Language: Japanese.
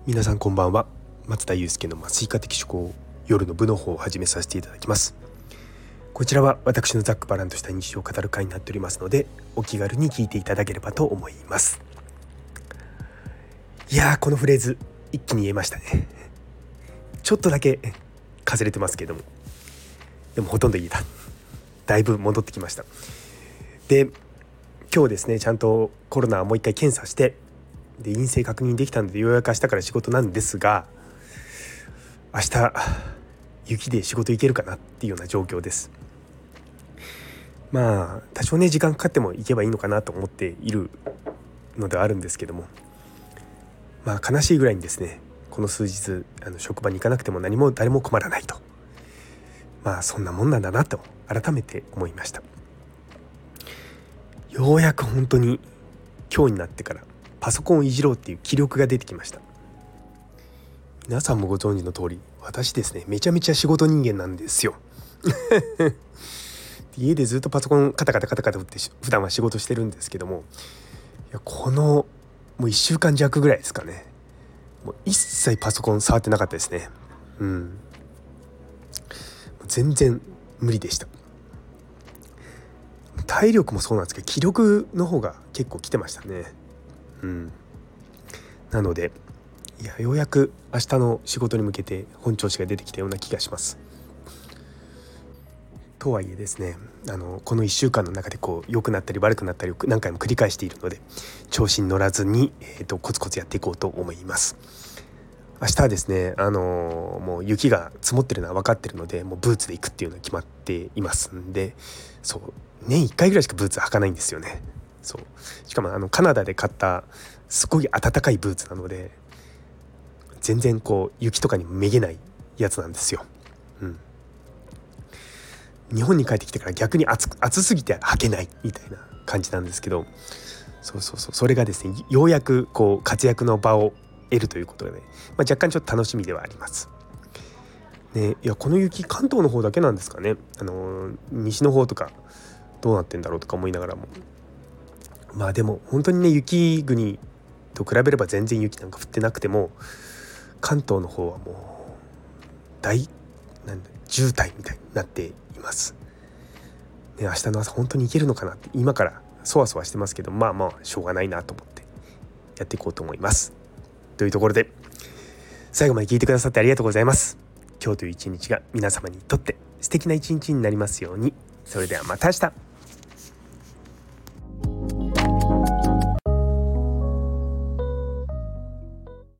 皆さんこんばんは。松田祐介の麻酔科的思考、夜の部の方を始めさせていただきます。こちらは私のざっくばらんとした日常を語る会になっておりますので、お気軽に聞いていただければと思います。いやー、このフレーズ一気に言えましたね。ちょっとだけかすれてますけども、でもほとんど言えた。だいぶ戻ってきました。で、今日ですね、ちゃんとコロナをもう一回検査してで陰性確認できたので、ようやく明日から仕事なんですが、明日雪で仕事行けるかなっていうような状況です。まあ多少ね時間かかっても行けばいいのかなと思っているのではあるんですけども、まあ悲しいぐらいにですね、この数日職場に行かなくても誰も困らないと、まあそんなもんなんだなと改めて思いました。ようやく本当に今日になってからパソコンをいじろうっていう気力が出てきました。皆さんもご存知の通り、私ですね、めちゃめちゃ仕事人間なんですよ。家でずっとパソコンカタカタ打って普段は仕事してるんですけども、いやこのもう1週間弱ぐらいですかね、もう一切パソコン触ってなかったですね。全然無理でした。体力もそうなんですけど、気力の方が結構来てましたね。なのでようやく明日の仕事に向けて本調子が出てきたような気がします。とはいえですね、この1週間の中で良くなったり悪くなったりを何回も繰り返しているので、調子に乗らずに、コツコツやっていこうと思います。明日はですね、もう雪が積もってるのは分かってるので、もうブーツで行くっていうのが決まっていますんで、そう年1回ぐらいしかブーツ履かないんですよね。しかもカナダで買ったすごい暖かいブーツなので、全然雪とかにめげないやつなんですよ。日本に帰ってきてから逆に暑すぎて履けないみたいな感じなんですけど、それがですね、ようやく活躍の場を得るということで、若干ちょっと楽しみではありますね。この雪関東の方だけなんですかね。西の方とかどうなってんだろうとか思いながらも、でも本当にね、雪国と比べれば全然雪なんか降ってなくても、関東の方はもう渋滞みたいになっています、ね。明日の朝本当に行けるのかなって今からそわそわしてますけど、しょうがないなと思ってやっていこうと思います。というところで、最後まで聞いてくださってありがとうございます。今日という一日が皆様にとって素敵な一日になりますように。それではまた明日。